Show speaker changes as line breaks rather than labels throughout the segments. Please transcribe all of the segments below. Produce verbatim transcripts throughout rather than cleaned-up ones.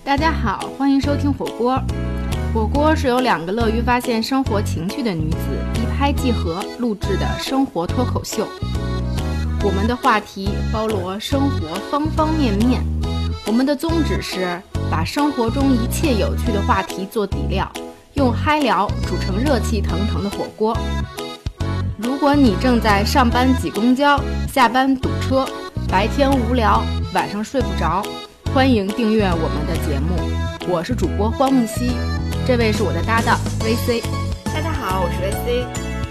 大家好，欢迎收听火锅。火锅是由两个乐于发现生活情趣的女子一拍即合录制的生活脱口秀。我们的话题包罗生活方方面面，我们的宗旨是把生活中一切有趣的话题做底料，用嗨聊煮成热气腾腾的火锅。如果你正在上班挤公交，下班堵车，白天无聊，晚上睡不着，欢迎订阅我们的节目。我是主播荒木希，这位是我的搭档 V C。
大家好，我是 V C。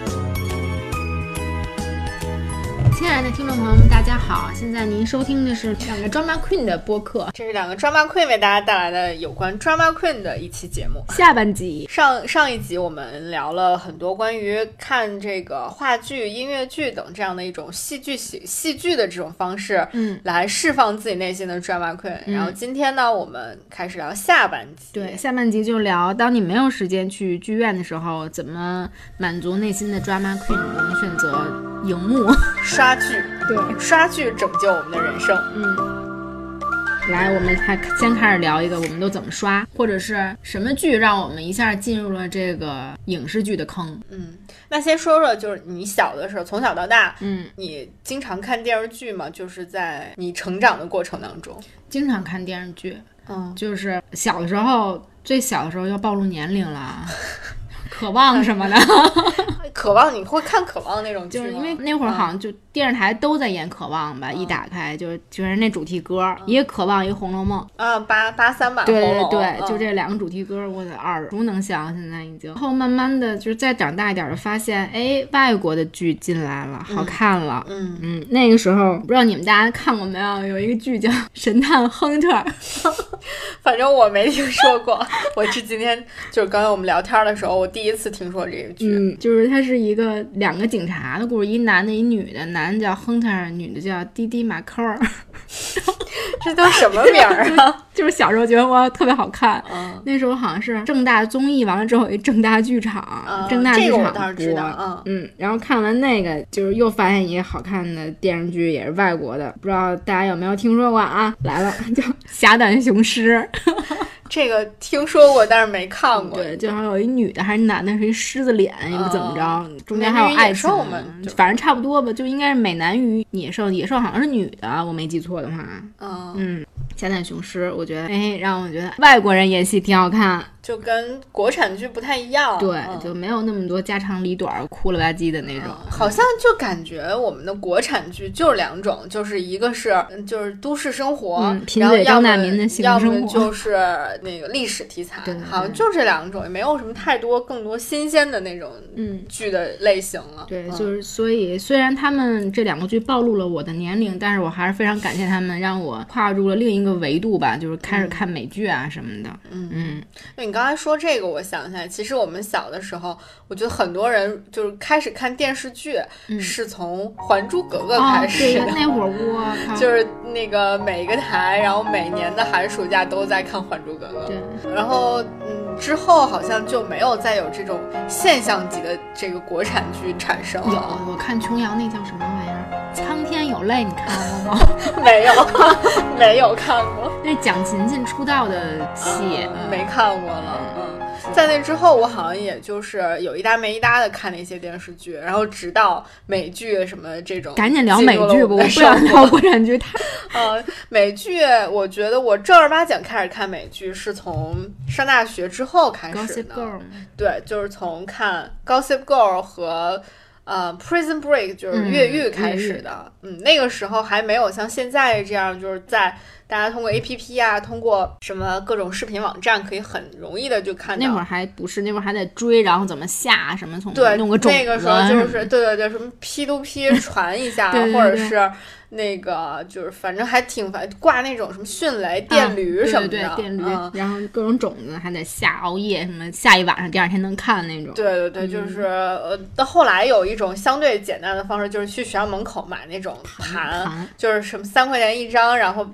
亲爱的听众朋友们大家好，现在您收听的是两个 Drama Queen 的播客，
这是两个 Drama Queen 为大家带来的有关 Drama Queen 的一期节目。
下半集
上上一集我们聊了很多关于看这个话剧、音乐剧等这样的一种戏剧戏戏剧的这种方式，
嗯，
来释放自己内心的 Drama Queen、嗯、然后今天呢我们开始聊下半集。
对，下半集就聊当你没有时间去剧院的时候，怎么满足内心的 Drama Queen。我们选择荧幕
刷剧，
对，
刷剧拯救我们的人生。
嗯，来，我们还先开始聊一个我们都怎么刷，或者是什么剧让我们一下进入了这个影视剧的坑。
嗯，那先说说，就是你小的时候，从小到大，
嗯，
你经常看电视剧吗？就是在你成长的过程当中，
经常看电视剧。
嗯，
就是小的时候，最小的时候要暴露年龄了。渴望什么的
渴望，你会看渴望那种剧吗？
就是因为那会儿好像就电视台都在演渴望吧、嗯、一打开就就是那主题歌、嗯、一个渴望一个红楼梦
啊，八八三版
对对对、
嗯、
就这两个主题歌我的耳熟能详，现在已经。然后慢慢的就是再长大一点就发现，哎，外国的剧进来了，好看了。
嗯
嗯, 嗯那个时候不知道你们大家看过没有，有一个剧叫神探亨特
反正我没听说过我是今天就是刚才我们聊天的时候我第一次听说这个剧。
嗯，就是它是一个两个警察的故事，一男的一女的，男的叫亨特，女的叫滴滴马科尔
这都什么名儿啊
就是小时候觉得我特别好看、
嗯、
那时候好像是正大综艺完了之后有一正大剧场、嗯、正大剧场播、
这个我倒是知道、嗯,
嗯然后看完那个就是又发现一个好看的电视剧，也是外国的，不知道大家有没有听说过啊？来了，叫侠胆雄狮
这个听说过但是没看过。
对，就好像有一女的还是男的，是一狮子脸、嗯、也不怎么着，中间还有爱情，反正差不多吧，就应该是美男与野兽，野兽好像是女的，我没记错的话。
嗯
嗯，侠胆雄狮我觉得哎，让我觉得外国人演戏挺好看，
就跟国产剧不太一样。
对、
嗯、
就没有那么多家长里短哭了吧唧的那种、
嗯、好像就感觉我们的国产剧就是两种，就是一个是就是都市生活、
嗯、贫嘴张大民的性生活，
要么就是那个历史题材。
对对对，
好像就这两种，也没有什么太多更多新鲜的那种剧的类型了。
对、
嗯、
就是所以虽然他们这两个剧暴露了我的年龄，但是我还是非常感谢他们，让我跨入了另一个维度吧，就是开始看美剧啊什么的。
嗯嗯，那你刚才说这个我想起来，其实我们小的时候我觉得很多人就是开始看电视剧、嗯、是从《还珠格格》开始的、
哦、那会儿我靠
就是那个每个台然后每年的寒暑假都在看《还珠格格》。
对，
然后嗯，之后好像就没有再有这种现象级的这个国产剧产生了。
有，我看琼瑶那叫什么玩意儿，《苍天有泪》，你看过吗？
没有没有看过。
那蒋勤勤出道的戏、
嗯、没看过了。嗯，在那之后我好像也就是有一搭没一搭的看那些电视剧，然后直到美剧什么这种。
赶紧聊美剧吧，我不想聊国产剧太
呃，美剧我觉得我正儿八经开始看美剧是从上大学之后开始的。
Gossip Girl
对，就是从看 Gossip Girl 和呃 Prison Break 就是越狱开始的。 嗯, 嗯那个时候还没有像现在这样就是在大家通过 A P P 啊，通过什么各种视频网站可以很容易的就看到。
那会儿还不是，那会儿还得追，然后怎么下什么从
对
弄个种子，
那个时候就是对对对，什么 P to P 传一下
对对对
或者是那个就是反正还挺烦，挂那种什么迅雷电驴什么的、
啊、对对对电驴、
嗯、
然后各种种子还得下熬夜什么下一晚上第二天能看那种。
对对对，就是呃到后来有一种相对简单的方式，就是去学校门口买那种盘，就是什么三块钱一张，然后第一季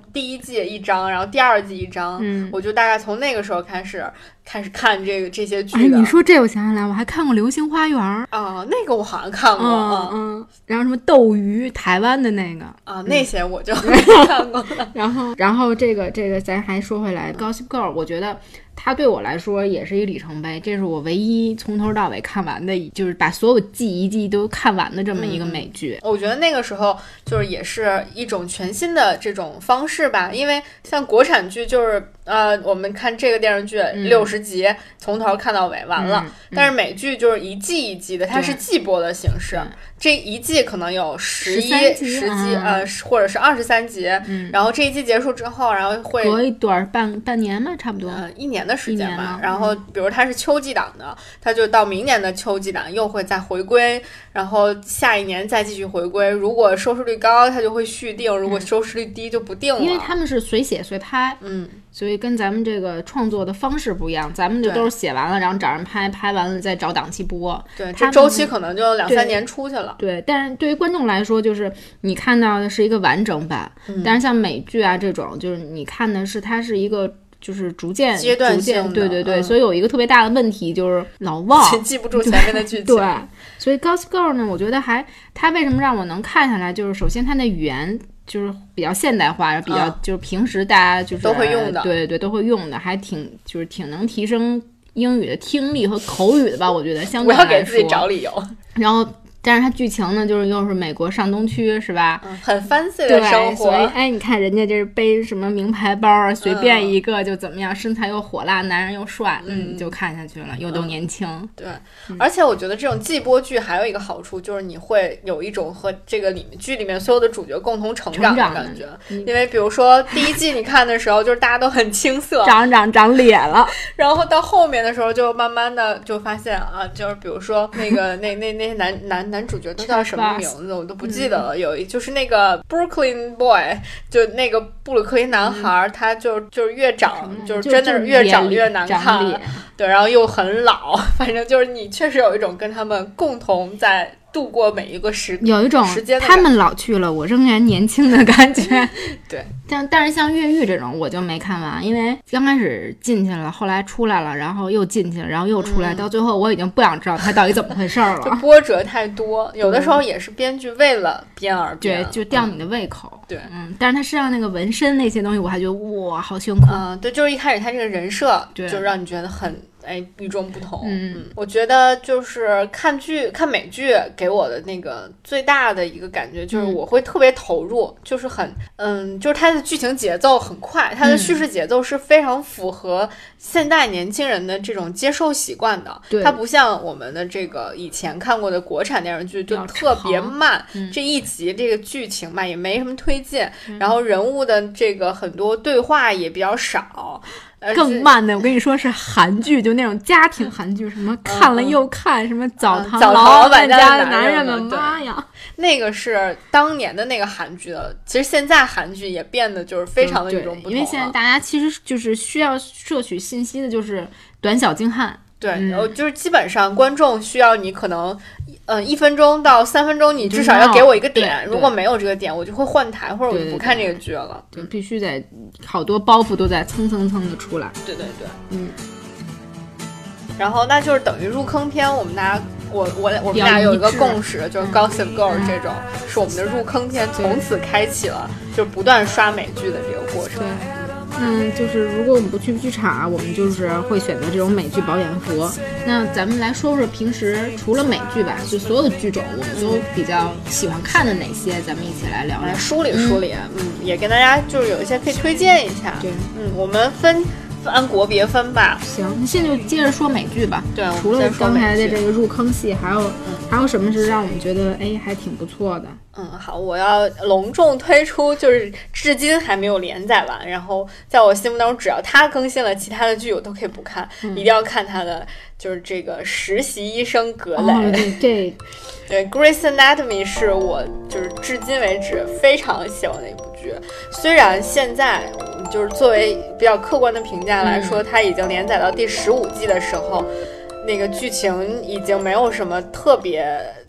季一章，然后第二季一章，
嗯，
我就大概从那个时候开始开始看这个这些剧的。
哎，你说这我想起来，我还看过《流星花园》
啊，那个我好像看过，
嗯嗯，然后什么斗鱼，台湾的那个
啊，那些我就没看过了。
然后，然后这个这个，咱还说回来，《Gossip Girl》，我觉得它对我来说也是一个里程碑，这是我唯一从头到尾看完的，就是把所有季一季都看完的这么一个美剧。
嗯、我觉得那个时候就是也是一种全新的这种方式吧，因为像国产剧就是呃，我们看这个电视剧六十集、嗯、从头看到尾完了、嗯嗯，但是美剧就是一季一季的，它是季播的形式，这一季可能有十一十集、嗯、呃，或者是二十三集、嗯，然后这一季结束之后，然后会
隔一段半半年嘛，差不多，
呃，一年的时间吧。然后比如它是秋季档的，它就到明年的秋季档又会再回归，然后下一年再继续回归。如果收视率高，它就会续订；如果收视率低，就不定了。
因为他们是随写随拍，
嗯。
所以跟咱们这个创作的方式不一样，咱们就都是写完了，然后找人拍，拍完了再找档期播。
对，这周期可能就两三年出去了。
对，对，但是对于观众来说，就是你看到的是一个完整版，嗯、但是像美剧啊这种，就是你看的是它是一个就是逐渐
阶段性的，
逐渐对对对、
嗯，
所以有一个特别大的问题就是老忘，
记不住前面的剧情。
对，所以 Gossip Girl 呢，我觉得还它为什么让我能看下来，就是首先它的语言。就是比较现代化，比较、嗯、就是平时大家就是
都会用的，
对对对，都会用的，还挺就是挺能提升英语的听力和口语的吧？我觉得相对来说。
不要给自己找理由。
然后，但是它剧情呢，就是又是美国上东区，是吧？
嗯、很 fancy 的生活。
所以，哎，你看人家这是背什么名牌包啊，随便一个就怎么样，嗯、身材又火辣，男人又帅，嗯，就看下去了，又都年轻。
嗯、对、嗯，而且我觉得这种季播剧还有一个好处，就是你会有一种和这个里面剧里面所有的主角共同成长的感觉。
嗯、
因为比如说第一季你看的时候，就是大家都很青涩，
长长长脸了，
然后到后面的时候就慢慢的就发现啊，就是比如说那个那那那些男男男主角都叫什么名字我都不记得了，嗯、有一就是那个 Brooklyn Boy， 就那个布鲁克林男孩，嗯、他就就是越长就是真的是越长越难看，对，然后又很老，反正就是你确实有一种跟他们共同在度过每一个时
有一种
时间
他们老去了，我仍然年轻的感觉。
对，
但但是像越狱这种我就没看完，因为刚开始进去了，后来出来了，然后又进去了，然后又出来，嗯、到最后我已经不想知道他到底怎么回事了。
就波折太多，有的时候也是编剧为了编而编，
对，就吊你的胃口。
嗯、对，
嗯，但是他身上那个纹身那些东西，我还觉得哇，好辛苦。
嗯，对，就是一开始他这个人设就让你觉得很。哎，与众不同。
嗯
嗯，我觉得就是看剧、看美剧给我的那个最大的一个感觉，就是我会特别投入，嗯、就是很嗯，就是它的剧情节奏很快，它的叙事节奏是非常符合现代年轻人的这种接受习惯的。
对，
它不像我们的这个以前看过的国产电视剧，就特别慢，
嗯、
这一集这个剧情吧也没什么推进，嗯、然后人物的这个很多对话也比较少。
更慢的，我跟你说是韩剧，就那种家庭韩剧，什么看了又看，嗯、什么澡堂
老
板
家的
男人
们，
妈呀！
那个是当年的那个韩剧了，其实现在韩剧也变得就是非常的与众不同，
因为现在大家其实就是需要摄取信息的，就是短小精悍。
对，然后就是基本上观众需要你可能，呃，一分钟到三分钟，你至少要给我一个点，如果没有这个点，我就会换台或者我就不看这个剧了。
对，必须得好多包袱都在蹭蹭蹭的出来。
对对对，
嗯。
然后那就是等于入坑篇，我们大家，我我我们俩有一个共识，就是 Gossip Girl 这种、嗯、是我们的入坑篇，从此开启了就不断刷美剧的这个过程。
嗯，就是如果我们不去剧场啊，我们就是会选择这种美剧饱眼福。那咱们来说说平时除了美剧吧，就所有的剧种我们都比较喜欢看的哪些，咱们一起来聊聊，
来梳理梳理。嗯，嗯也跟大家就是有一些可以推荐一下。
对，
嗯，我们分按国别分吧。
行，那现在就接着说美剧吧。
对，
除了刚才的这个入坑戏，还有、嗯、还有什么是让我们觉得哎还挺不错的？
嗯，好，我要隆重推出，就是至今还没有连载完，然后在我心目当中，只要它更新了，其他的剧我都可以不看，嗯、一定要看它的，就是这个实习医生格雷。
哦、对对
对 ，Grey's Anatomy 是我就是至今为止非常喜欢的一部剧，虽然现在就是作为比较客观的评价来说，嗯、它已经连载到第十五季的时候。那个剧情已经没有什么特别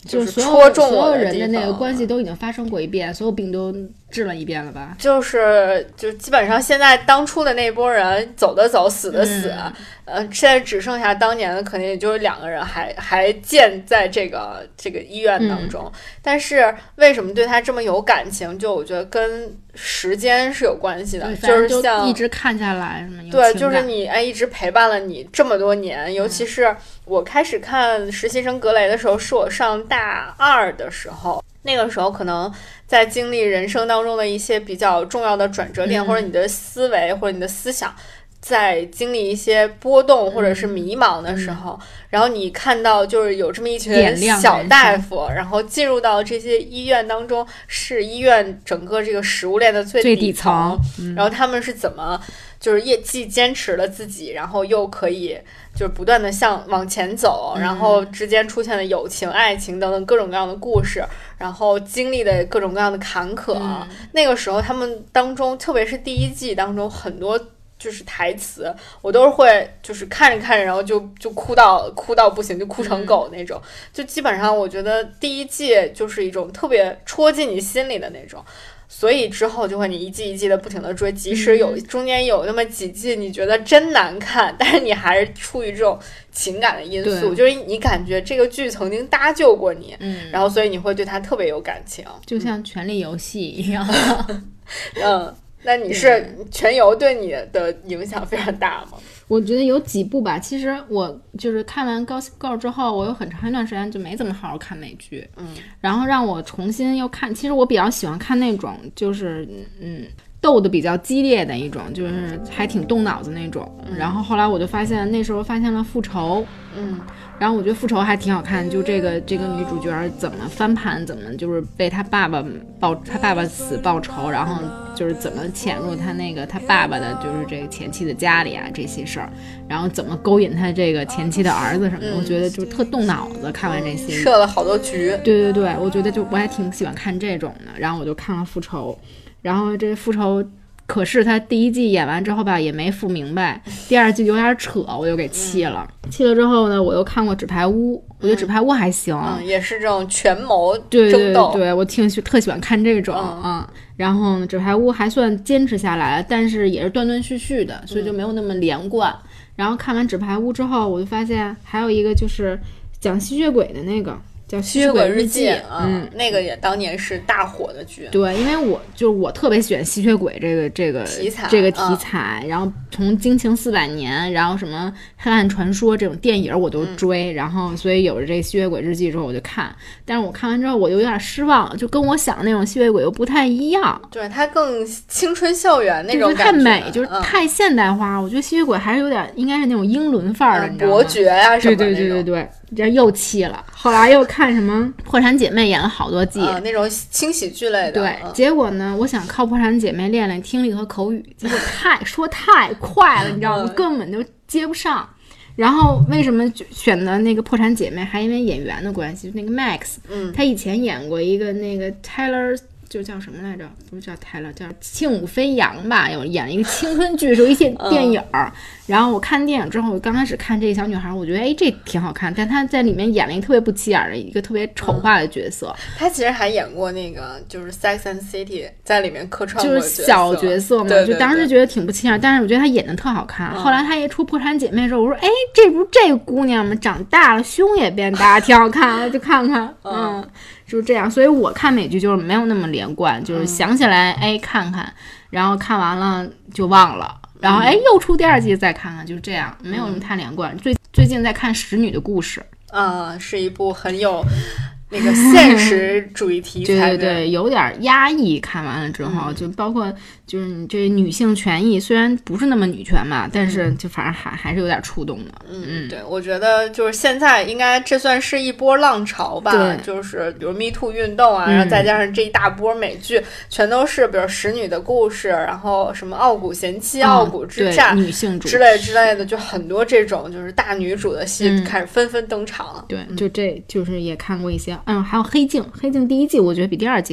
就是
戳
中我
的地方，所有人的那个关系都已经发生过一遍，所有病都治了一遍了吧？
就是就基本上现在当初的那波人走的走，死的死，
嗯、
呃，现在只剩下当年的，可能也就是两个人还还健在这个这个医院当中。
嗯、
但是为什么对他这么有感情？就我觉得跟时间是有关系的，就是像
一直看下来什么，
对，就是你哎一直陪伴了你这么多年，尤其是我开始看《实习生格雷》的时候，是我上大二的时候。那个时候可能在经历人生当中的一些比较重要的转折点、嗯、或者你的思维或者你的思想在经历一些波动或者是迷茫的时候、嗯、然后你看到就是有这么一群小大夫然后进入到这些医院当中，是医院整个这个食物链的最
底层,
最底层、
嗯、
然后他们是怎么就是也既坚持了自己，然后又可以就是不断的向往前走、嗯、然后之间出现了友情爱情等等各种各样的故事，然后经历的各种各样的坎坷、
嗯、
那个时候他们当中特别是第一季当中很多就是台词我都是会就是看着看着然后就就哭到哭到不行，就哭成狗那种、嗯、就基本上我觉得第一季就是一种特别戳进你心里的那种，所以之后就会你一季一季的不停的追，即使有中间有那么几季你觉得真难看，但是你还是出于这种情感的因素，就是你感觉这个剧曾经搭救过你、嗯、然后所以你会对它特别有感情，
就像权力游戏一样
嗯，那你是全游对你的影响非常大吗？
我觉得有几部吧，其实我就是看完 Gossip Girl 之后，我有很长一段时间就没怎么好好看美剧，
嗯，
然后让我重新又看，其实我比较喜欢看那种就是嗯斗得比较激烈的一种，就是还挺动脑子那种、嗯、然后后来我就发现那时候发现了复仇，
嗯，
然后我觉得复仇还挺好看，就这个这个女主角怎么翻盘，怎么就是被她爸爸报她爸爸死报仇，然后就是怎么潜入她那个她爸爸的就是这个前妻的家里啊这些事儿，然后怎么勾引她这个前妻的儿子什么的、嗯、我觉得就特动脑子，看完这些
设了好多局，
对对对，我觉得就我还挺喜欢看这种的，然后我就看了复仇，然后这复仇可是他第一季演完之后吧也没复明白，第二季有点扯，我就给弃了、嗯、弃了之后呢我又看过纸牌屋，我觉得纸牌屋还行，
嗯，也是这种权谋争斗，
对对 对, 对我挺喜特喜欢看这种啊、嗯嗯。然后呢纸牌屋还算坚持下来了，但是也是断断续续的，所以就没有那么连贯、嗯、然后看完纸牌屋之后我就发现还有一个就是讲吸血鬼的那个叫吸血鬼日记
啊、嗯，那个也当年是大火的剧。
对，因为我就是我特别喜欢吸血鬼这个这个
题材，
这个题材、嗯，然后从《惊情四百年》，然后什么《黑暗传说》这种电影我都追、嗯，然后所以有了这个吸血鬼日记之后我就看，但是我看完之后我就有点失望，就跟我想的那种吸血鬼又不太一样。
对，它更青春校园那种感觉，
就是太美，就是太现代化、嗯。我觉得吸血鬼还是有点应该是那种英伦范儿的，
嗯、伯爵呀、啊、什么的。
对对对对对。这又气了，后来又看什么破产姐妹演了好多季、
嗯、那种轻喜剧类的，
对、
嗯、
结果呢我想靠破产姐妹练练听力和口语，结果太说太快了你知道吗、嗯、根本就接不上。然后为什么选择那个破产姐妹，还因为演员的关系，就那个 Max，
嗯，
他以前演过一个那个 Taylor，就叫什么来着？不是叫泰勒，叫轻舞飞扬吧？有演了一个青春剧，是一些电影、嗯。然后我看电影之后，我刚开始看这个小女孩，我觉得哎，这挺好看。但她在里面演了一个特别不起眼的一个特别丑化的角色。
嗯、她其实还演过那个就是《Sex and City》在里面客串
过，就是小角色嘛。
对对对，
就当时觉得挺不起眼，但是我觉得她演的特好看。
嗯、
后来她一出《破产姐妹》之后，我说哎，这不是这个姑娘吗？长大了，胸也变大，挺好看的，就看看，嗯。嗯就是这样，所以我看美剧就是没有那么连贯，就是想起来、嗯、哎看看，然后看完了就忘了，然后哎又出第二季再看看，就是这样，没有什么太连贯。最最近在看《使女的故事》，
啊、嗯，是一部很有那个现实主义题材
对对对，有点压抑。看完了之后、嗯、就包括就是你这女性权益虽然不是那么女权嘛，但是就反正还还是有点触动的。
嗯嗯，对，我觉得就是现在应该这算是一波浪潮吧，
对，
就是比如 Me Too 运动啊、嗯、然后再加上这一大波美剧全都是比如使女的故事，然后什么傲骨贤妻、傲骨之战、
女性主
之类之类的，就很多这种就是大女主的戏开始纷纷登场、
嗯、对，就这就是也看过一些。嗯，还有黑镜，黑镜第一季我觉得比第二季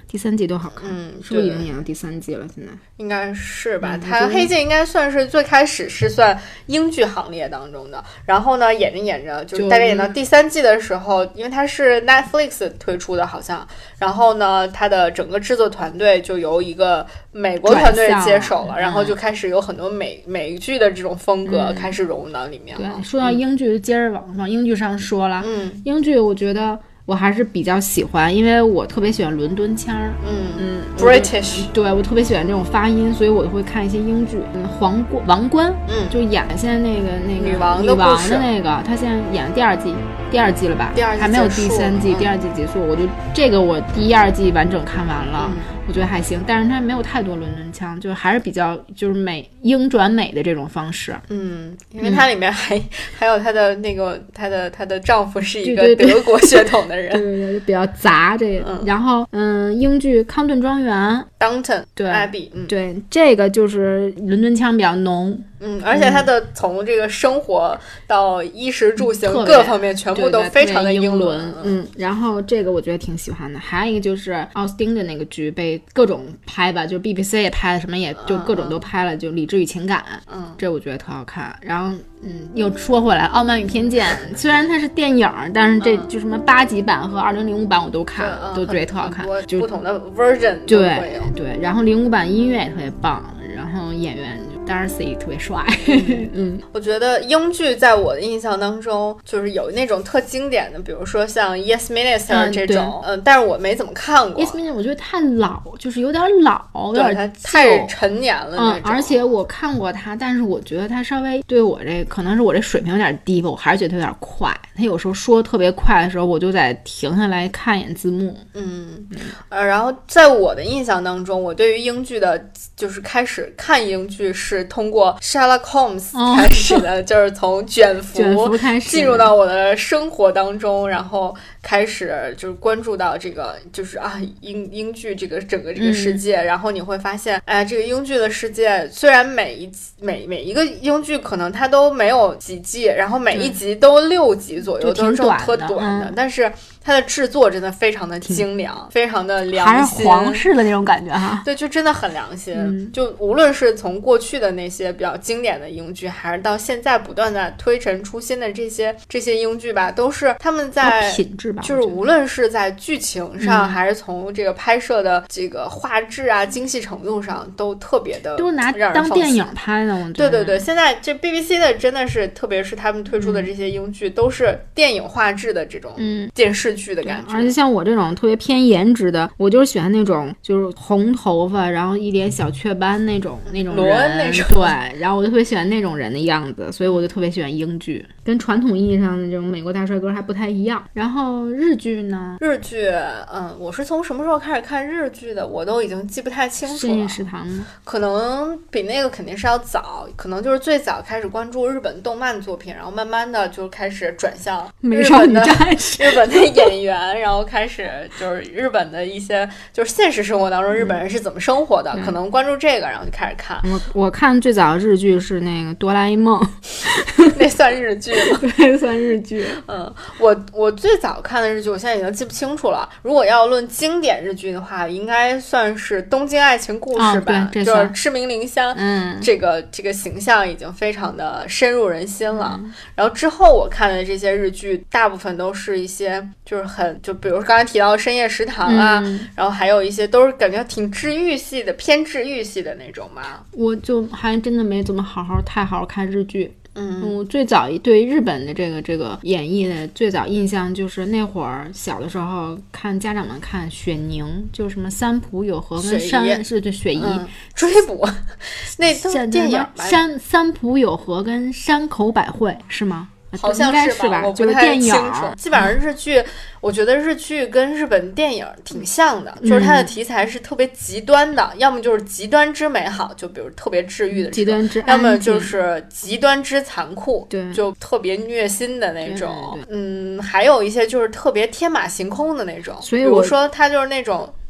第三季都好看。
嗯，
是不是已经演到第三季了？现在
应该是吧。
嗯、
他黑镜应该算是最开始是算英剧行列当中的，然后呢演着演着就大概演到第三季的时候，因为它是 Netflix 推出的好像，然后呢它的整个制作团队就由一个美国团队接手了，然后就开始有很多美美剧的这种风格开始融入到里面了。
对，说到英剧，接着往往英剧上说了，
嗯，
英剧我觉得我还是比较喜欢，因为我特别喜欢伦敦腔儿，
嗯
嗯
，British，
我对我特别喜欢这种发音，所以我会看一些英剧。嗯，皇冠王冠，
嗯，
就演现在那个那个
女王
女王的那个，她现在演第二季，第二季了吧？
第二季
还没有第三季，
嗯、
第二季结束，我就这个我第一二季完整看完了。
嗯，
我觉得还行，但是它没有太多伦敦腔，就还是比较就是美英转美的这种方式。
嗯，因为它里面还、嗯、还有她的那个她的她的丈夫是一个
对对对
德国血统的人，
对对对，比较杂这个。嗯、然后嗯，英剧《康顿庄园》
Downton
对
Abbey， 嗯，
对，这个就是伦敦腔比较浓。
嗯，而且它的从这个生活到衣食住行、嗯、各方面全部都非常的英伦。
嗯，然后这个我觉得挺喜欢的。还有一个就是奥斯汀的那个剧被各种拍吧，就 B B C 也拍了，什么也就各种都拍了，就《理智与情感》。
嗯，
这我觉得特好看。然后嗯，又说回来，《傲慢与偏见》虽然它是电影，但是这就什么八集版和二零零五版我都看了，
嗯、
都觉得特好看，就
不同的 version 都会有。
对对，然后零五版音乐也特别棒，然后演员。Darcy 特别帅，嗯，
我觉得英剧在我的印象当中，就是有那种特经典的，比如说像 Yes Minister 这种，嗯、呃，但是我没怎么看过。
Yes Minister 我觉得太老，就是有点老，有点
它太陈年了那种、
嗯。而且我看过它，但是我觉得它稍微对我这可能是我这水平有点低吧，我还是觉得它有点快。它有时候说特别快的时候，我就得停下来看一眼字幕。
嗯，呃，然后在我的印象当中，我对于英剧的，就是开始看英剧是。是通过 Sherlock Holmes 开始的、哦、就是从卷福
卷福开始
进入到我的生活当中，然后开始就是关注到这个就是啊英英剧这个整个这个世界、嗯、然后你会发现哎，这个英剧的世界虽然每一每每一个英剧可能它都没有几季，然后每一集都六集左右，都是这种特短的、嗯、但是它的制作真的非常的精良，非常的良心，
还是皇室的那种感觉哈。
对，就真的很良心、
嗯、
就无论是从过去的那些比较经典的英剧，还是到现在不断的推陈出新的这些这些英剧吧，都是他们在
品质吧，
就是无论是在剧情上、嗯、还是从这个拍摄的这个画质啊精细程度上都特别的
都拿当电影拍的。我觉得
对对对，现在这 B B C 的真的是特别是他们推出的这些英剧、嗯、都是电影画质的这种电视剧的感觉、
嗯、而且像我这种特别偏颜值的，我就是喜欢那种就是红头发然后一脸小雀斑那种那种人
那种，
对，然后我就特别喜欢那种人的样子，所以我就特别喜欢英剧，跟传统意义上的这种美国大帅哥还不太一样。然后日剧呢？
日剧，嗯，我是从什么时候开始看日剧的？我都已经记不太清楚了。
深夜食堂吗？
可能比那个肯定是要早，可能就是最早开始关注日本动漫作品，然后慢慢的就开始转向
美少女战士、
日本的演员，然后开始就是日本的一些就是现实生活当中日本人是怎么生活的，嗯、可能关注这个，然后就开始看。
我我看最早的日剧是那个哆啦 A 梦，
那算日剧吗？
对，算日剧。
嗯，我我最早看的日剧，我现在已经记不清楚了。如果要论经典日剧的话，应该算是《东京爱情故事》吧，
哦、
就是赤名玲香，
嗯，
这个这个形象已经非常的深入人心了。
嗯、
然后之后我看的这些日剧，大部分都是一些就是很就比如刚才提到的《深夜食堂》啊、
嗯，
然后还有一些都是感觉挺治愈系的，偏治愈系的那种嘛。
我就还真的没怎么好好太好好看日剧。
嗯，
我最早对日本的这个这个演绎的最早印象就是那会儿小的时候看家长们看雪凝，就什么三浦友和跟山是对雪姨、
嗯、追捕那电影
山三浦友和跟山口百惠是吗？
好像
是
吧，
吧
我不太清楚。
就是、
基本上日剧、嗯，我觉得日剧跟日本电影挺像的，嗯、就是它的题材是特别极端的，要么就是极端之美好，就比如特别治愈的
极端之，
要么就是极端之残酷，
对，
就特别虐心的那种。
对对对，
嗯，还有一些就是特别天马行空的那种，
所以
比如说它就是那种。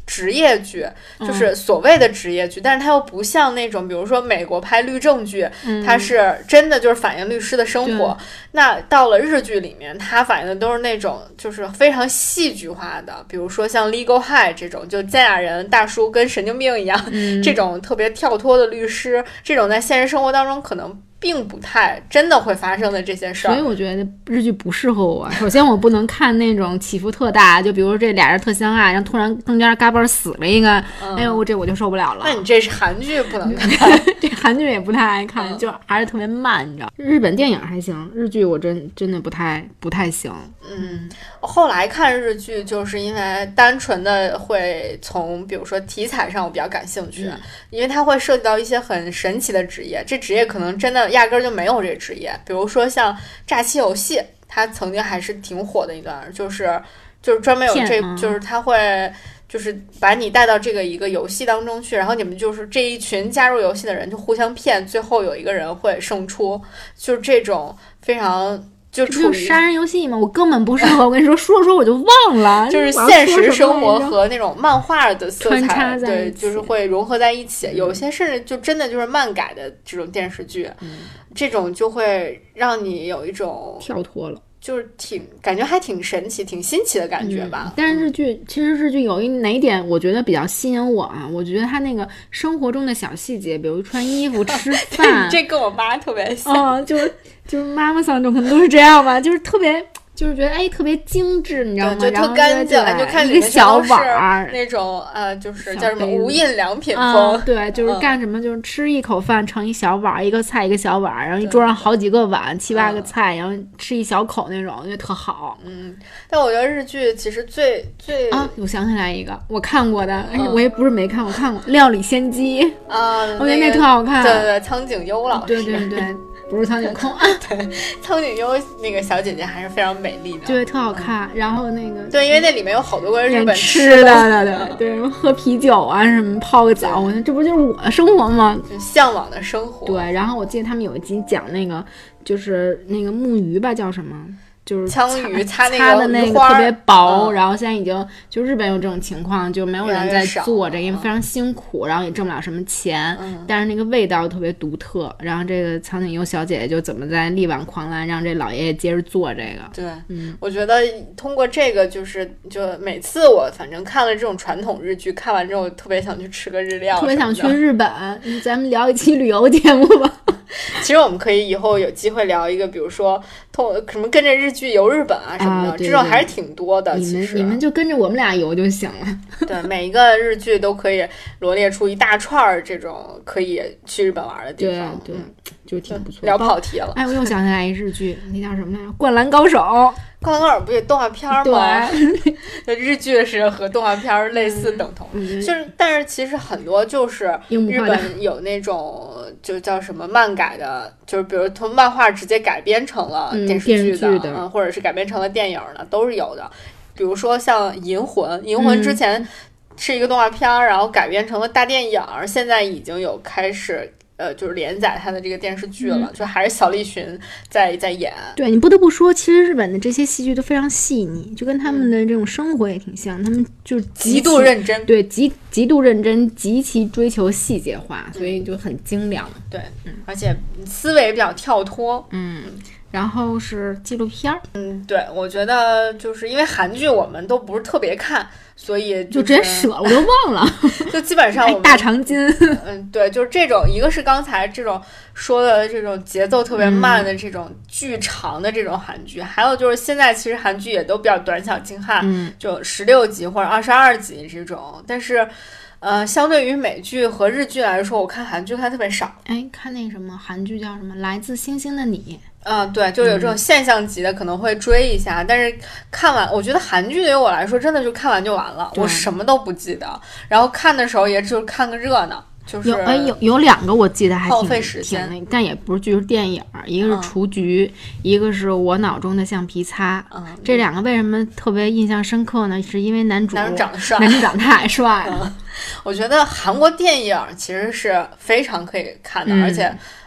职业剧，就是所谓的职业剧，嗯、但是它又不像那种，比如说美国拍律政剧，嗯、它是真的就是反映律师的生活。那到了日剧里面，它反映的都是那种就是非常戏剧化的，比如说像 Legal High 这种，就见雅人大叔跟神经病一样，嗯、这种特别跳脱的律师，这种在现实生活当中可能并不太真的会发生的这些事儿。
所以我觉得日剧不适合我。首先我不能看那种起伏特大，就比如这俩人特相爱，然后突然中间嘎嘣死了一个，嗯、哎呦，这我就受不了了。
那你这是韩剧不能看，
这韩剧也不太爱看，嗯、就还是特别慢，你知道。日本电影还行，日剧我真真的不太不太行。
嗯，后来看日剧就是因为单纯的会从比如说题材上我比较感兴趣，嗯、因为它会涉及到一些很神奇的职业，这职业可能真的压根儿就没有这职业，比如说像诈欺游戏，它曾经还是挺火的一段，就是就是专门有这，就是它会就是把你带到这个一个游戏当中去，然后你们就是这一群加入游戏的人就互相骗，最后有一个人会胜出，就是这种非常。就处于
杀人游戏嘛，我根本不适合。我跟你说，说说我就忘了，
就是现实生活和那种漫画的色彩，对，就是会融合在一起。有些甚至就真的就是漫改的这种电视剧，嗯、这种就会让你有一种
跳脱了。
就是挺感觉还挺神奇挺新奇的感觉吧、
嗯、但是日剧其实日剧有一哪一点我觉得比较吸引我啊，我觉得它那个生活中的小细节，比如穿衣服吃饭
这跟我妈特别像、
哦、就是就是妈妈想中可能都是这样吧，就是特别就是觉得哎特别精致，你知道吗？
就特干净，就看
一个小碗
那种呃，就是叫什么无印良品风、
嗯，对，就是干什么、嗯、就是吃一口饭盛一小碗，一个菜一个小碗，然后一桌上好几个碗，七八个菜，然后吃一小口那种，我觉得特好。
嗯，但我觉得日剧其实最最
啊，我想起来一个我看过的，嗯、我也不是没看，我看过《料理仙姬》
啊，
我觉得那特好看。
对对对，苍井优老师，
对对对。不是苍井空，
对，苍井优那个小姐姐还是非常美丽的，
对，特好看。嗯、然后那个，
对，因为那里面有好多个日本
吃的，对对对，喝啤酒啊什么，泡个澡，我这不就是我的生活吗？
就向往的生活。
对，然后我记得他们有一集讲那个，就是那个木鱼吧，叫什么？就是
枪鱼擦
那个擦的那
个
特别薄、
嗯，
然后现在已经就日本有这种情况，就没有人在做这个，因为非常辛苦，然后也挣不了什么钱，
嗯、
但是那个味道特别独特。然后这个苍井优小姐姐就怎么在力挽狂澜，让这老爷爷接着做这个。
对，
嗯，
我觉得通过这个，就是就每次我反正看了这种传统日剧，看完之后特别想去吃个日料，
特别想去日本。咱们聊一期旅游节目吧。
其实我们可以以后有机会聊一个，比如说通什么跟着日剧游日本啊什么的，
啊、对对
这种还是挺多的。
你们
其实
你们就跟着我们俩游就行了。
对，每一个日剧都可以罗列出一大串这种可以去日本玩的地方，
对对、嗯，就挺不错。
聊跑题了。
哎，我又想起来一日剧，那叫什么来着？《灌篮高手》。
灌篮高手不也动画片吗？对，日剧是和动画片类似等同，
嗯、
就是，但是其实很多就是日本有那种就叫什么漫改的，就是比如从漫画直接改编成了电视剧的，
嗯的
嗯、或者是改编成了电影的，都是有的。比如说像《银魂》，《银魂》之前是一个动画片，嗯、然后改编成了大电影，现在已经有开始。呃，就是连载他的这个电视剧了，嗯、就还是小栗旬在在演。
对，你不得不说，其实日本的这些戏剧都非常细腻，就跟他们的这种生活也挺像。他们就
极度认真，
对，极极度认真，极其追求细节化，所以就很精良。
嗯、对，嗯，而且思维比较跳脱。
嗯。然后是纪录片儿，
嗯，对，我觉得就是因为韩剧我们都不是特别看，所以、就是、
就直接舍了，我都忘了，
就基本上我们
大长今，
嗯，对，就是这种，一个是刚才这种说的这种节奏特别慢的这种巨长的这种韩剧，嗯、还有就是现在其实韩剧也都比较短小精悍，
嗯，
就十六集或者二十二集这种，但是。呃，相对于美剧和日剧来说，我看韩剧看特别少。
哎，看那什么韩剧叫什么《来自星星的你》
啊、呃，对，就有这种现象级的可能会追一下，嗯、但是看完，我觉得韩剧对于我来说真的就看完就完了，我什么都不记得，然后看的时候也就是看个热闹。就是
有哎有有两个我记得还挺
耗费时间，
挺那，但也不是剧，是电影，一个是雏菊，嗯、一个是我脑中的橡皮擦。
嗯，
这两个为什么特别印象深刻呢？是因为男主
男主长得帅，
男主长得太帅了。
嗯我觉得韩国电影其实是非常可以看的，
嗯、
而且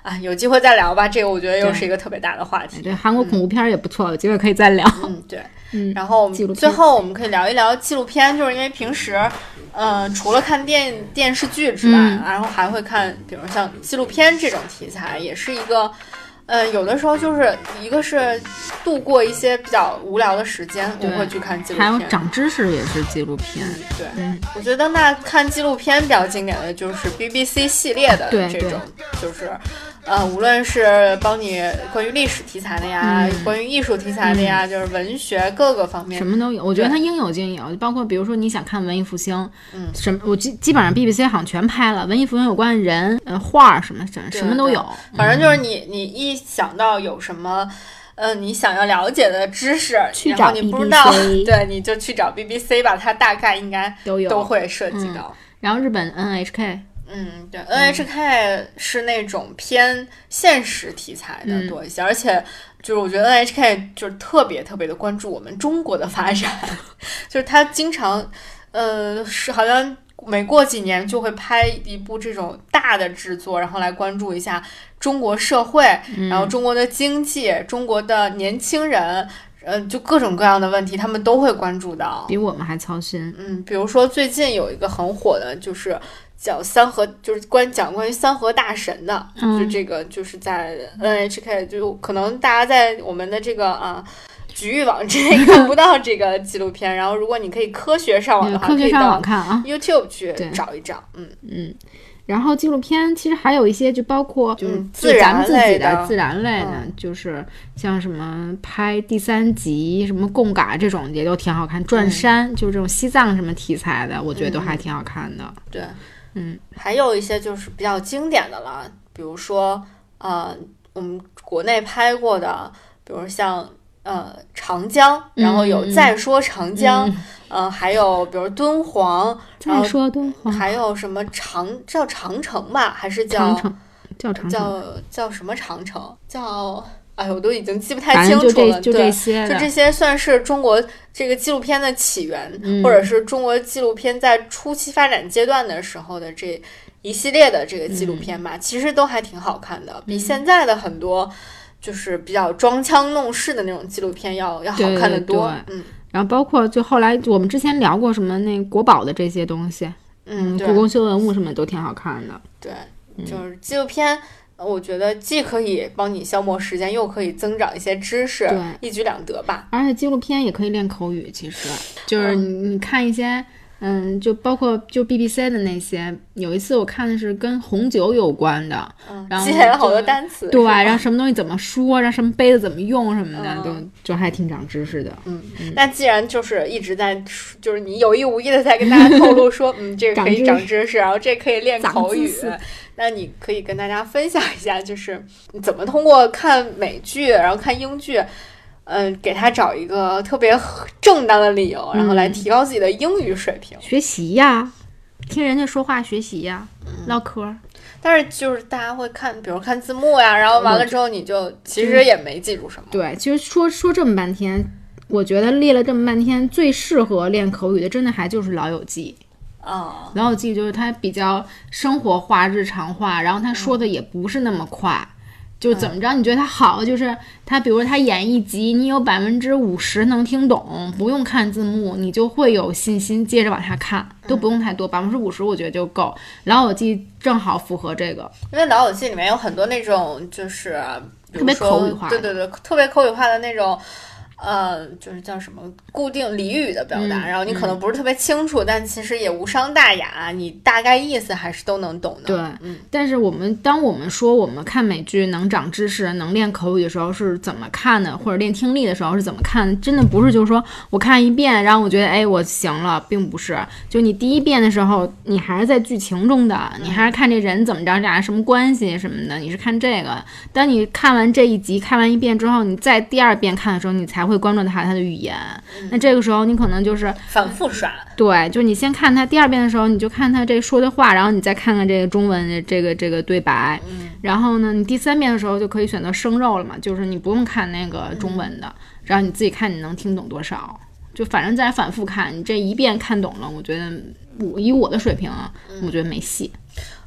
啊，有机会再聊吧。这个我觉得又是一个特别大的话题。
对，对韩国恐怖片也不错，有机会可以再聊。
嗯，对。
嗯，
然后最后我们可以聊一聊纪录片，就是因为平时，呃，除了看电电视剧之外，
嗯、
然后还会看，比如像纪录片这种题材，也是一个。呃，有的时候就是一个是度过一些比较无聊的时间，我会去看纪录片。
还有长知识也是纪录片。
嗯、对、
嗯，
我觉得那看纪录片比较经典的就是 B B C 系列的这种，就是呃，无论是帮你关于历史题材的呀，嗯、关于艺术题材的呀，嗯、就是文学各个方面
什么都有。我觉得它应有尽有，包括比如说你想看文艺复兴，
嗯，
什么我基基本上 B B C 好像全拍了，文艺复兴有关的人、呃画什么什么什么都有。
反正就是你你一想到有什么，呃，你想要了解的知识，
去
然后你不知道，对，你就去找 B B C 吧，它大概应该
都有
都会涉及到。
嗯、然后日本 N H K，
嗯，对 ，N H K 是那种偏现实题材的多一些，嗯、而且就是我觉得 N H K 就是特别特别的关注我们中国的发展，就是他经常，呃，是好像。每过几年就会拍一部这种大的制作，然后来关注一下中国社会，
嗯、
然后中国的经济，中国的年轻人，呃，就各种各样的问题，他们都会关注到，
比我们还操心。
嗯，比如说最近有一个很火的，就是讲三河，就是关讲关于三河大神的，
嗯、
就这个就是在 N H K， 就可能大家在我们的这个啊。局域网之内看不到这个纪录片，然后如果你可以科学上网的话，
科学上网看啊
，YouTube 去找一找，嗯
嗯。然后纪录片其实还有一些，就包括就是、
嗯、自然
类
的
自然类的，
嗯、
就是像什么拍第三集什么贡嘎这种也都挺好看，转山、嗯、就是这种西藏什么题材的，我觉得都还挺好看的。
嗯、对，
嗯，
还有一些就是比较经典的了，比如说呃，我们国内拍过的，比如像。呃，长江，然后有再说长江，
嗯
呃，还有比如敦煌，
再说敦煌，
还有什么长叫长城吧，还是叫
长城叫长城
叫叫什么长城叫？哎，我都已经记不太清楚了。
就 这, 就这些，
就这些算是中国这个纪录片的起源，
嗯、
或者是中国纪录片在初期发展阶段的时候的这一系列的这个纪录片吧，
嗯、
其实都还挺好看的，比现在的很多。就是比较装腔弄式的那种纪录片要要好看得多，
对对对
嗯，
然后包括就后来我们之前聊过什么那国宝的这些东西，
嗯，
故宫修文物什么都挺好看的。
对，就是纪录片，我觉得既可以帮你消磨时间，又可以增长一些知识，
对，
一举两得吧。
而且纪录片也可以练口语，其实就是你你看一些。嗯，就包括就 B B C 的那些，有一次我看的是跟红酒有关的，
嗯、
然后
记了好多单词，
对，然后什么东西怎么说，然后什么杯子怎么用什么的，
嗯、
都就还挺长知识的。
嗯，那、嗯、既然就是一直在，就是你有意无意的在跟大家透露说，嗯，这个可以长知识，然后这个可以练口语，那你可以跟大家分享一下，就是你怎么通过看美剧，然后看英剧。嗯，给他找一个特别正当的理由，然后来提高自己的英语水平。
嗯、学习呀，听人家说话学习呀，
嗯、
唠嗑。
但是就是大家会看，比如看字幕呀，然后完了之后你就其实也没记住什么。
对，其实说说这么半天，我觉得列了这么半天，最适合练口语的，真的还就是《老友记》。
啊，
《老友记》就是它比较生活化、日常化，然后他说的也不是那么快。嗯就怎么着？你觉得他好，就是他，比如他演一集，你有百分之五十能听懂，不用看字幕，你就会有信心接着往下看，都不用太多，百分之五十我觉得就够。老友记正好符合这个，
因为老友记里面有很多那种就是
特别口语化，
对对对，特别口语化的那种。呃，就是叫什么固定俚语的表达、嗯，然后你可能不是特别清楚、嗯，但其实也无伤大雅，你大概意思还是都能懂的。
对，
嗯。
但是我们当我们说我们看美剧能长知识、能练口语的时候是怎么看的，或者练听力的时候是怎么看的？真的不是就是说我看一遍，然后我觉得哎我行了，并不是。就你第一遍的时候，你还是在剧情中的，你还是看这人怎么着，这俩什么关系什么的，你是看这个。当你看完这一集，看完一遍之后，你再第二遍看的时候，你才会关注他他的语言、嗯、那这个时候你可能就是
反复刷，
对，就你先看他第二遍的时候你就看他这说的话，然后你再看看这个中文的这个这个对白、
嗯、
然后呢你第三遍的时候就可以选择生肉了嘛，就是你不用看那个中文的、嗯、然后你自己看你能听懂多少，就反正再反复看，你这一遍看懂了，我觉得我以我的水平啊、嗯、我觉得没戏。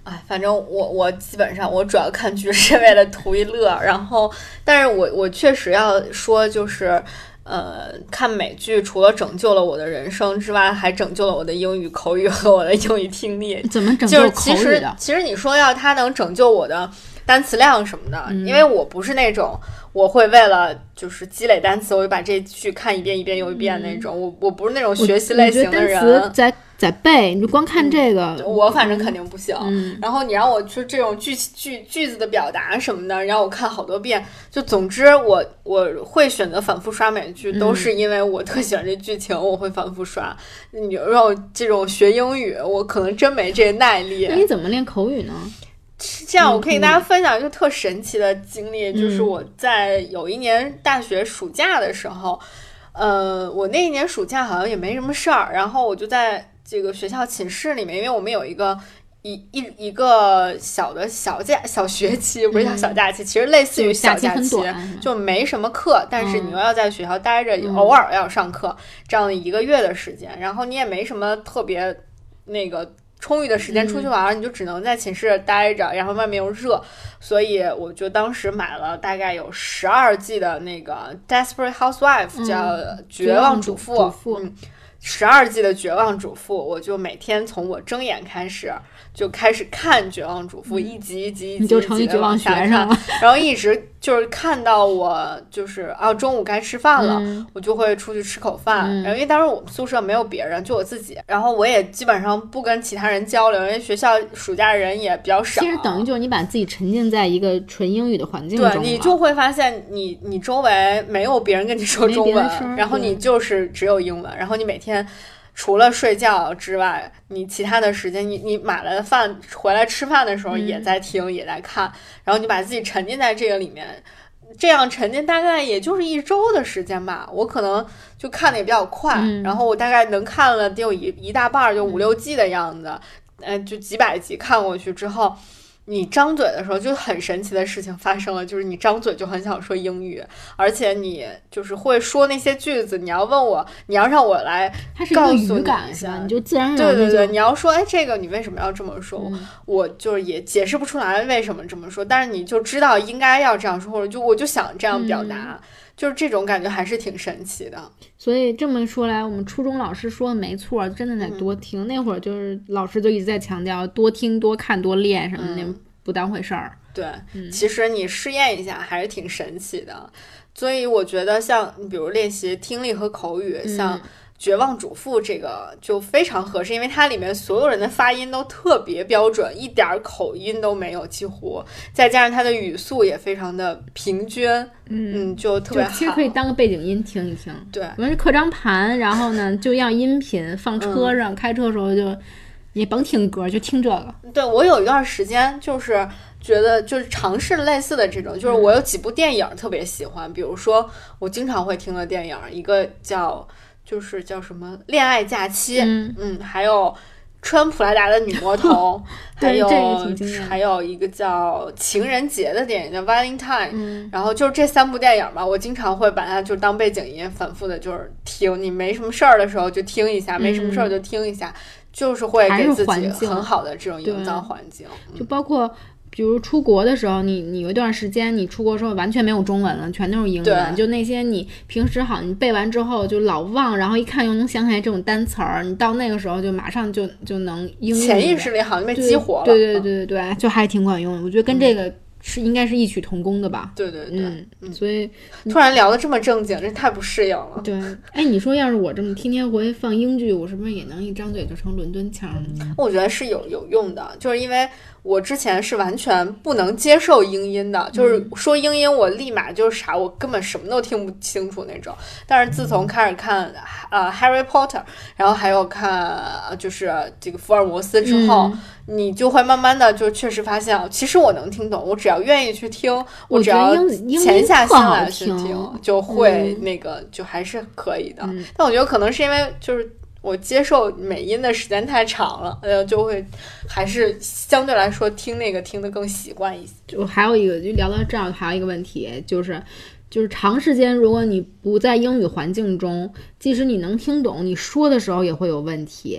哎，反正我我基本上我主要看剧是为了图一乐，然后，但是我我确实要说，就是呃，看美剧除了拯救了我的人生之外，还拯救了我的英语口语和我的英语听力。
怎么拯救口语的？
就是其实其实你说要它能拯救我的单词量什么的，
嗯、
因为我不是那种我会为了就是积累单词，我就把这剧看一遍一遍又一遍那种。嗯、我我不是那种学习类型的人。
我觉得单词在在背，你就光看这个，
嗯、我反正肯定不行。
嗯、
然后你让我去这种句句句子的表达什么的，让我看好多遍。就总之我我会选择反复刷美剧，都是因为我特喜欢这剧情，我会反复刷。你让我这种学英语，我可能真没这耐力。
那你怎么练口语呢？
是这样，我可以跟大家分享一个特神奇的经历，嗯、就是我在有一年大学暑假的时候，呃，我那一年暑假好像也没什么事儿，然后我就在这个学校寝室里面，因为我们有一个一一一个小的小假小学期，不是叫小假期，嗯、其实类似于小假期，
就,
就没什么课，但是你又要在学校待着，嗯、偶尔要上课，这样一个月的时间，然后你也没什么特别那个。充裕的时间出去玩，嗯、你就只能在寝室待着，然后外面又热，所以我就当时买了大概有十二季的那个 Desperate Housewife，嗯、叫绝望主妇，嗯，十二季的绝望主妇，我就每天从我睁眼开始就开始看绝望主妇，嗯、一集一集一集一集的往下看，然后一直就是看到我就是啊中午该吃饭了，嗯、我就会出去吃口饭，嗯、然后因为当时我们宿舍没有别人，就我自己，然后我也基本上不跟其他人交流，因为学校暑假人也比较少。
其实等于就是你把自己沉浸在一个纯英语的环境中，
对，你就会发现你你周围没有别人跟你说中文，然后你就是只有英文，然后你每天除了睡觉之外，你其他的时间，你你买了饭回来吃饭的时候也在听，嗯、也在看，然后你把自己沉浸在这个里面，这样沉浸大概也就是一周的时间吧。我可能就看的也比较快，嗯、然后我大概能看了得有一一大半，就五六季的样子，嗯、呃，就几百集看过去之后。你张嘴的时候就很神奇的事情发生了，就是你张嘴就很想说英语，而且你就是会说那些句子，你要问我，你要让我来告诉你一下，
你就自然而然
对对对，你要说哎这个你为什么要这么说，
嗯、
我就是也解释不出来为什么这么说，但是你就知道应该要这样说，或者就我就想这样表达。嗯就是这种感觉还是挺神奇的，
所以这么说来，我们初中老师说的没错，真的得多听。嗯、那会儿就是老师就一直在强调多听、多看、多练什么的，嗯、不当回事儿。
对，
嗯、
其实你试验一下还是挺神奇的。所以我觉得像比如练习听力和口语，
嗯、
像绝望主妇这个就非常合适，因为它里面所有人的发音都特别标准，一点口音都没有几乎，再加上它的语速也非常的平均，
嗯,
嗯就特别好，
其实可以当个背景音听一听。
对，
我们是课张盘，然后呢就要音频放车上，嗯、开车的时候就也甭听歌，就听这个。
对，我有一段时间就是觉得就是尝试类似的这种，就是我有几部电影特别喜欢，嗯、比如说我经常会听的电影，一个叫就是叫什么恋爱假期，
嗯
嗯，还有穿普拉达的女魔头，还有还有一个叫情人节的电影叫 Valentine，
嗯、
然后就是这三部电影吧，我经常会把它就当背景音反复的就是听，你没什么事儿的时候就听一下，没什么事儿就听一下，
嗯、
就是会给自己很好的这种营造环境，
嗯、就包括比如出国的时候，你你有一段时间你出国的时候完全没有中文了，全都是英文，就那些你平时好你背完之后就老忘，然后一看又能想起来这种单词儿，你到那个时候就马上就就能英语，
潜意识里好像被激活了，
对对对对对对，就还挺管用的。我觉得跟这个是、嗯、应该是异曲同工的吧？
对对对，
嗯，嗯所以
突然聊得这么正经，这太不适应了。
对，哎，你说要是我这么天天回去放英剧，我是不是也能一张嘴就成伦敦腔了？
我觉得是有有用的，就是因为我之前是完全不能接受英音的，就是说英音我立马就是傻，我根本什么都听不清楚那种。但是自从开始看呃 Harry Potter， 然后还有看就是这个福尔摩斯之后，
嗯、
你就会慢慢的就确实发现，其实我能听懂，我只要愿意去听，我只要潜下心来去听，就会那个、嗯、就还是可以的。
嗯、
但我觉得可能是因为就是我接受美音的时间太长了，呃，就会还是相对来说听那个听得更习惯一些。
就还有一个，就聊到这儿，还有一个问题就是，就是长时间如果你不在英语环境中，即使你能听懂，你说的时候也会有问题。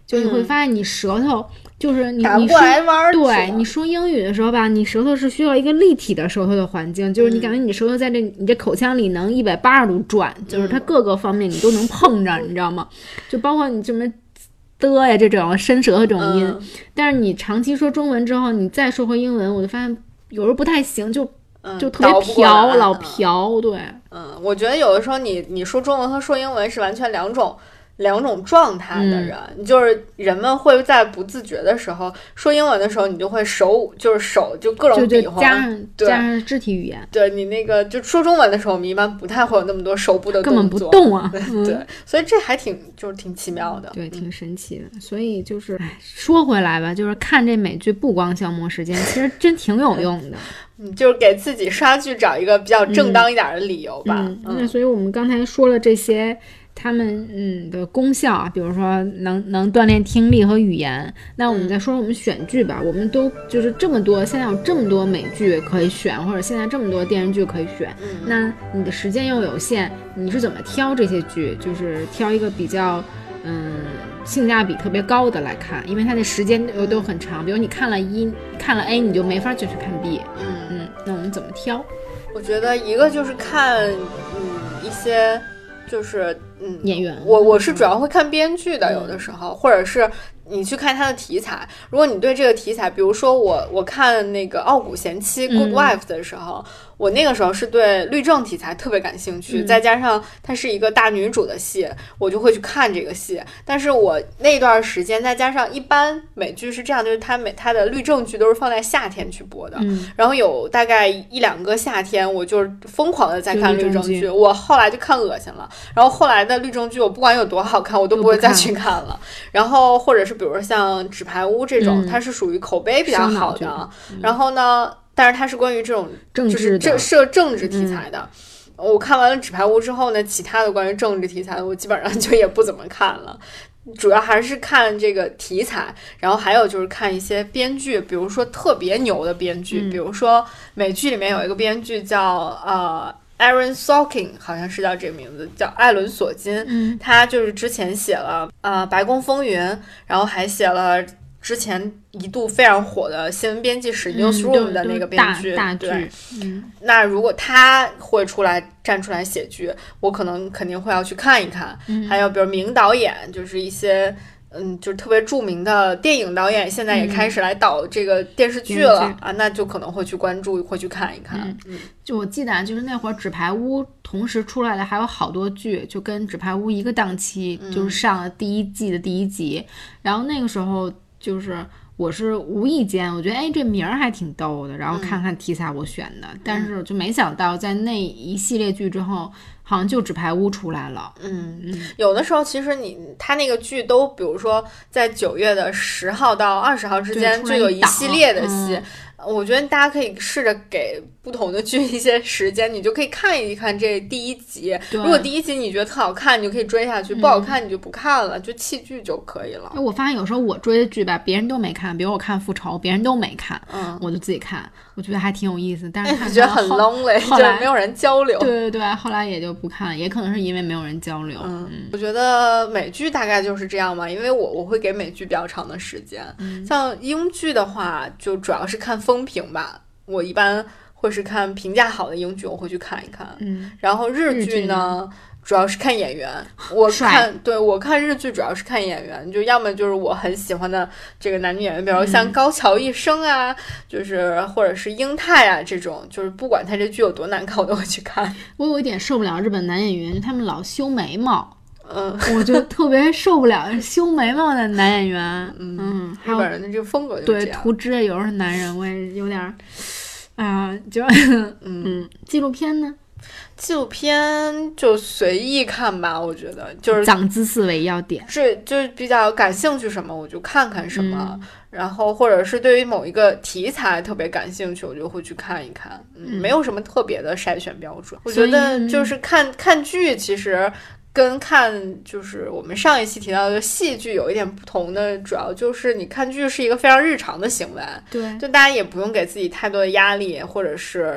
就你会发现你舌头、嗯、就是你
打不过来弯，
对，你说英语的时候吧，你舌头是需要一个立体的舌头的环境，就是你感觉你舌头在这你这口腔里能一百八十度转，就是它各个方面你都能碰着，你知道吗？就包括你什么的呀这种伸舌头这种音、嗯、但是你长期说中文之后，你再说回英文，我就发现有时候不太行，就就特别飘、嗯、老飘。对，
嗯，我觉得有的时候你你说中文和说英文是完全两种两种状态的人、嗯、就是人们会在不自觉的时候说英文的时候，你就会手就是手就各种比划，
就加上加上肢体语言。
对，你那个就说中文的时候，我们一般不太会有那么多手部的动作，
根本不动啊。嗯、
对，所以这还挺就是挺奇妙的，
对，挺神奇的。所以就是说回来吧，就是看这美剧不光消磨时间，其实真挺有用的。
嗯，就是给自己刷剧找一个比较正当一点的理由吧。
嗯，嗯那所以我们刚才说了这些他们嗯的功效啊，比如说能能锻炼听力和语言。那我们再说我们选剧吧，嗯、我们都就是这么多，现在有这么多美剧可以选，或者现在这么多电视剧可以选。嗯、那你的时间又有限，你是怎么挑这些剧？就是挑一个比较嗯性价比特别高的来看，因为它的时间都都很长。比如你看了一看了 A， 你就没法继续看 B。嗯嗯，那我们怎么挑？
我觉得一个就是看嗯一些。就是嗯，
演员，
我我是主要会看编剧的，有的时候，或者是你去看他的题材。如果你对这个题材，比如说我我看那个《傲骨贤妻》Good Wife 的时候，嗯、我那个时候是对律政题材特别感兴趣，嗯、再加上它是一个大女主的戏，我就会去看这个戏。但是我那段时间再加上一般美剧是这样，就是它每它的律政剧都是放在夏天去播的，嗯、然后有大概一两个夏天，我就是疯狂的在看律政剧，我后来就看恶心了。然后后来的律政剧，我不管有多好看，我都不会再去看了。然后或者是比如说像《纸牌屋》这种，嗯、它是属于口碑比较好的。嗯、然后呢，但是它是关于这种就是这涉政治题材的。嗯、我看完了《纸牌屋》之后呢，其他的关于政治题材的，我基本上就也不怎么看了。主要还是看这个题材，然后还有就是看一些编剧，比如说特别牛的编剧，嗯、比如说美剧里面有一个编剧叫呃。Aaron Sorkin 好像是叫这个名字，叫艾伦索金。嗯，他就是之前写了呃《白宫风云》，然后还写了之前一度非常火的新闻编辑室 Newsroom 的那个编剧。
嗯、大, 大剧。
对，嗯，那如果他会出来站出来写剧，我可能肯定会要去看一看。嗯，还有比如名导演，就是一些。嗯，就是特别著名的电影导演，现在也开始来导这个电视剧了、嗯、啊，那就可能会去关注，会去看一看。
嗯，嗯就我记得啊，就是那会儿《纸牌屋》同时出来的还有好多剧，就跟《纸牌屋》一个档期，嗯、就是上了第一季的第一集，然后那个时候就是我是无意间，我觉得哎这名儿还挺逗的，然后看看题材我选的，嗯、但是就没想到在那一系列剧之后。好像就纸牌屋出来了。
嗯，有的时候其实你他那个剧都比如说在九月的十号到二十号之间就有一系列的戏、嗯、我觉得大家可以试着给不同的剧一些时间，你就可以看一看这第一集，如果第一集你觉得特好看你就可以追下去、嗯、不好看你就不看了，就弃剧就可以了。
我发现有时候我追的剧吧别人都没看，比如我看复仇别人都没看、嗯、我就自己看，我觉得还挺有意思，但是看
我觉得很 lonely， 就是没有人交流。
对对对，后来也就不看了，也可能是因为没有人交流。
嗯，嗯我觉得美剧大概就是这样嘛，因为我我会给美剧比较长的时间、嗯、像英剧的话就主要是看风评吧，我一般会是看评价好的英剧我会去看一看。嗯，然后日剧呢主要是看演员，我看对我看日剧主要是看演员，就要么就是我很喜欢的这个男女演员，比如像高桥一生啊、嗯、就是或者是英泰啊这种，就是不管他这剧有多难看我都会去看。
我有一点受不了日本男演员，他们老修眉毛，嗯，我就特别受不了修眉毛的男演员。嗯
嗯，日本人的这个风格就是这样。
对，涂脂有时候是男人，我也有点啊、呃，就嗯，纪录片呢？
纪录片就随意看吧，我觉得就是
长姿势为要点，
是就是比较感兴趣什么我就看看什么、嗯、然后或者是对于某一个题材特别感兴趣我就会去看一看。 嗯, 嗯没有什么特别的筛选标准。我觉得就是看看剧其实跟看就是我们上一期提到的戏剧有一点不同的，主要就是你看剧是一个非常日常的行为，
对，
就大家也不用给自己太多的压力，或者是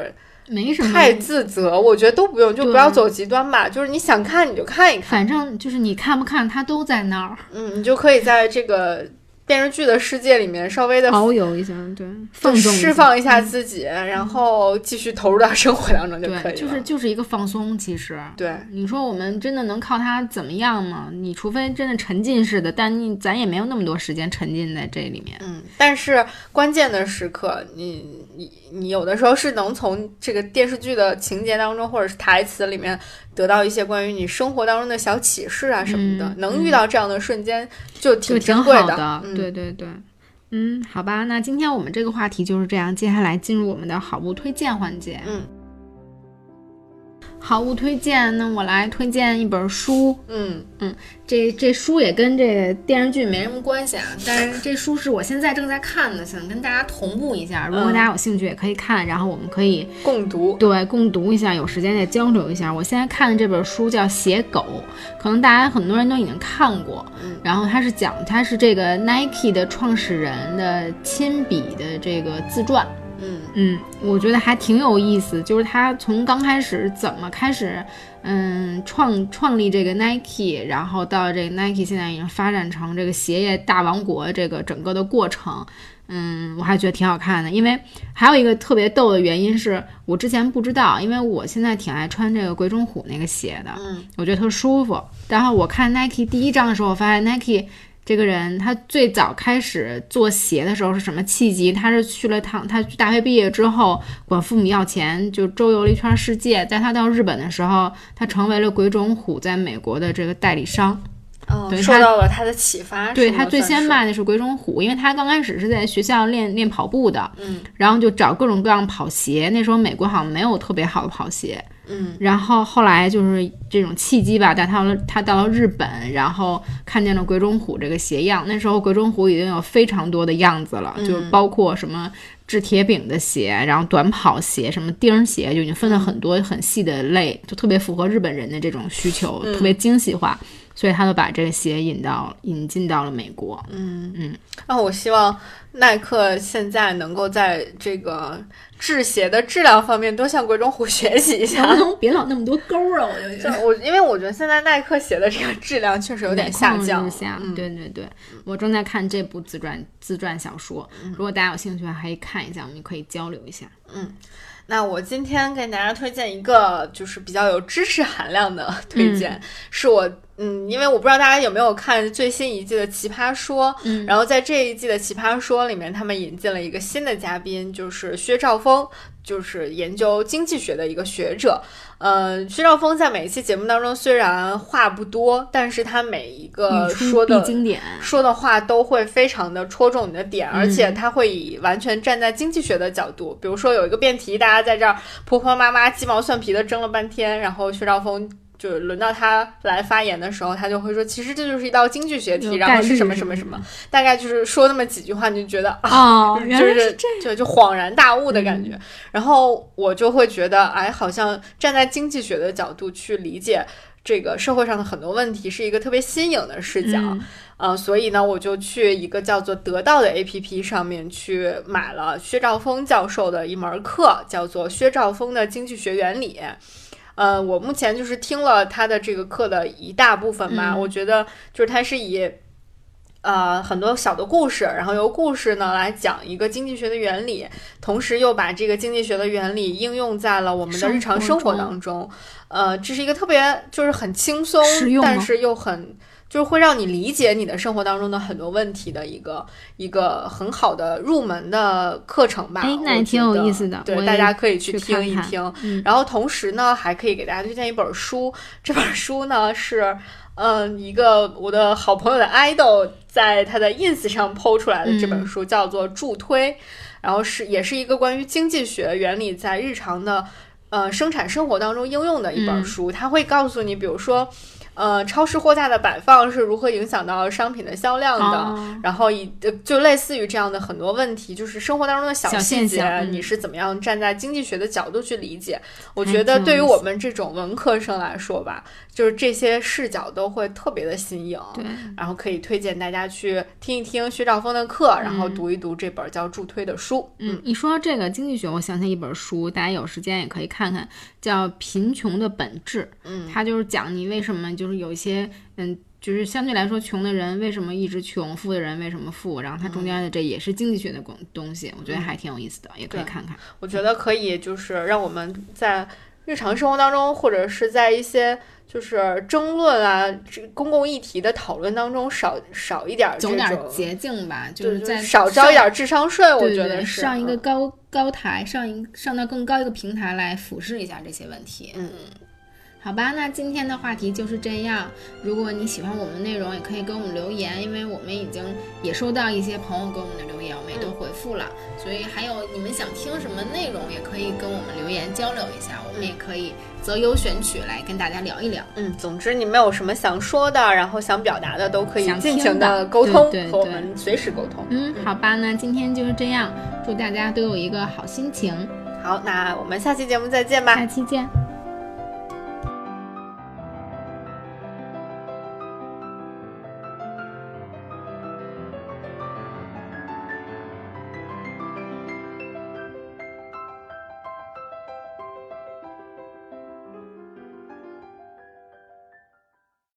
没什么
太自责，我觉得都不用，就不要走极端吧。就是你想看你就看一看，
反正就是你看不看它都在那儿。
嗯，你就可以在这个电视剧的世界里面稍微的
遨游一下，对，放纵
释放一下自己、嗯、然后继续投入到生活当中就可以了。
对，就是就是一个放松。其实
对，
你说我们真的能靠它怎么样吗？你除非真的沉浸式的，但你咱也没有那么多时间沉浸在这里面。
嗯，但是关键的时刻你你你有的时候是能从这个电视剧的情节当中或者是台词里面得到一些关于你生活当中的小启示啊什么的、嗯、能遇到这样的瞬间就挺珍贵的，
就挺好的、嗯、对对对。嗯，好吧，那今天我们这个话题就是这样，接下来进入我们的好物推荐环节。
嗯，
好物推荐，那我来推荐一本书。
嗯
嗯，这这书也跟这个电视剧没什么关系啊，但是这书是我现在正在看的，想跟大家同步一下。如果大家有兴趣也可以看，嗯、然后我们可以
共读，
对，共读一下，有时间再交流一下。我现在看的这本书叫《写狗》，可能大家很多人都已经看过。
嗯，
然后它是讲，它是这个 Nike 的创始人的亲笔的这个自传。
嗯
嗯，我觉得还挺有意思，就是他从刚开始怎么开始，嗯，创创立这个 Nike， 然后到这个 Nike 现在已经发展成这个鞋业大王国这个整个的过程，嗯，我还觉得挺好看的。因为还有一个特别逗的原因是我之前不知道，因为我现在挺爱穿这个鬼冢虎那个鞋的，
嗯，
我觉得特舒服。然后我看 Nike 第一章的时候，我发现 Nike这个人他最早开始做鞋的时候是什么契机？他是去了趟，他大学毕业之后管父母要钱，就周游了一圈世界。在他到日本的时候，他成为了鬼冢虎在美国的这个代理商。
哦，受到了他的启发。
对，他最先卖的是鬼冢虎，因为他刚开始是在学校练练跑步的，
嗯，
然后就找各种各样跑鞋。那时候美国好像没有特别好的跑鞋。
嗯，
然后后来就是这种契机吧，带他了，他到了日本，然后看见了鬼冢虎这个鞋样。那时候鬼冢虎已经有非常多的样子了，
嗯、
就包括什么制铁饼的鞋，然后短跑鞋，什么钉鞋，就已经分了很多很细的类，就特别符合日本人的这种需求，
嗯、
特别精细化。所以他就把这个鞋引到引进到了美国。
嗯
嗯，
那、啊、我希望耐克现在能够在这个制鞋的质量方面多向鬼冢虎学习一下，
能不能别老那么多钩啊？我就觉得，
我因为我觉得现在耐克鞋的这个质量确实有点下降。
下
嗯、
对对对，我正在看这部自传自传小说，如果大家有兴趣的话，可以看一下，我们可以交流一下。
嗯。那我今天给大家推荐一个就是比较有知识含量的推荐，
嗯、
是我嗯，因为我不知道大家有没有看最新一季的奇葩说，
嗯，
然后在这一季的奇葩说里面，他们引进了一个新的嘉宾，就是薛兆丰，就是研究经济学的一个学者。呃，薛兆丰在每一期节目当中虽然话不多，但是他每一个说的
经典
说的话都会非常的戳中你的点，
嗯、
而且他会以完全站在经济学的角度，比如说有一个辩题，大家在这儿婆婆妈妈鸡毛蒜皮的争了半天，然后薛兆丰就轮到他来发言的时候，他就会说，其实这就是一道经济学题，然后是什么什么什么，大概就是说那么几句话，你就觉得啊，
哦、
就是就就恍然大悟的感觉、嗯。然后我就会觉得，哎，好像站在经济学的角度去理解这个社会上的很多问题，是一个特别新颖的视角。
嗯
呃，所以呢，我就去一个叫做得到的 A P P 上面去买了薛兆丰教授的一门课，叫做薛兆丰的经济学原理。呃，我目前就是听了他的这个课的一大部分吧，
嗯、
我觉得就是他是以呃很多小的故事，然后由故事呢来讲一个经济学的原理，同时又把这个经济学的原理应用在了我们的日常生活当中。呃，这是一个特别就是很轻松，但是又很就是会让你理解你的生活当中的很多问题的一个一个很好的入门的课程吧。
哎，那也挺有意思的，
对，大家可以去听一听。
看看嗯、
然后同时呢，还可以给大家推荐一本书，这本书呢是嗯、呃、一个我的好朋友的 idol 在他的 ins 上 po 出来的这本书，
嗯、
叫做助推，然后是也是一个关于经济学原理在日常的呃生产生活当中应用的一本书。嗯、它会告诉你，比如说呃，超市货架的摆放是如何影响到商品的销量的，
哦、
然后以就类似于这样的很多问题，就是生活当中的小细节，
嗯、
你是怎么样站在经济学的角度去理解？我觉得对于我们这种文科生来说吧，就是这些视角都会特别的新颖。
对，
然后可以推荐大家去听一听薛兆丰的课，然后读一读这本叫助推的书。
嗯，一说这个经济学，我想起一本书，大家有时间也可以看看，叫《贫穷的本质》。
嗯，
它就是讲你为什么就是有一些嗯。就是相对来说，穷的人为什么一直穷，富的人为什么富？然后它中间的这也是经济学的东西，嗯、我觉得还挺有意思的，也可以看看。
我觉得可以，就是让我们在日常生活当中，或者是在一些就是争论啊、这公共议题的讨论当中少少一点这种，
走点捷径吧，就是在
少交一点智商税。我觉得是
对对上一个高、嗯、高台，上一上到更高一个平台来俯视一下这些问题。
嗯。
好吧，那今天的话题就是这样。如果你喜欢我们的内容，也可以给我们留言，因为我们已经也收到一些朋友给我们的留言，我们也都回复了。嗯、所以还有你们想听什么内容，也可以跟我们留言交流一下，我们也可以择优选取来跟大家聊一聊。
嗯，总之你们有什么想说的，然后想表达的，都可以尽情的沟通，
对对对
和我们随时沟通。
嗯，好吧，那今天就是这样，祝大家都有一个好心情。
好，那我们下期节目再见吧。
下期见。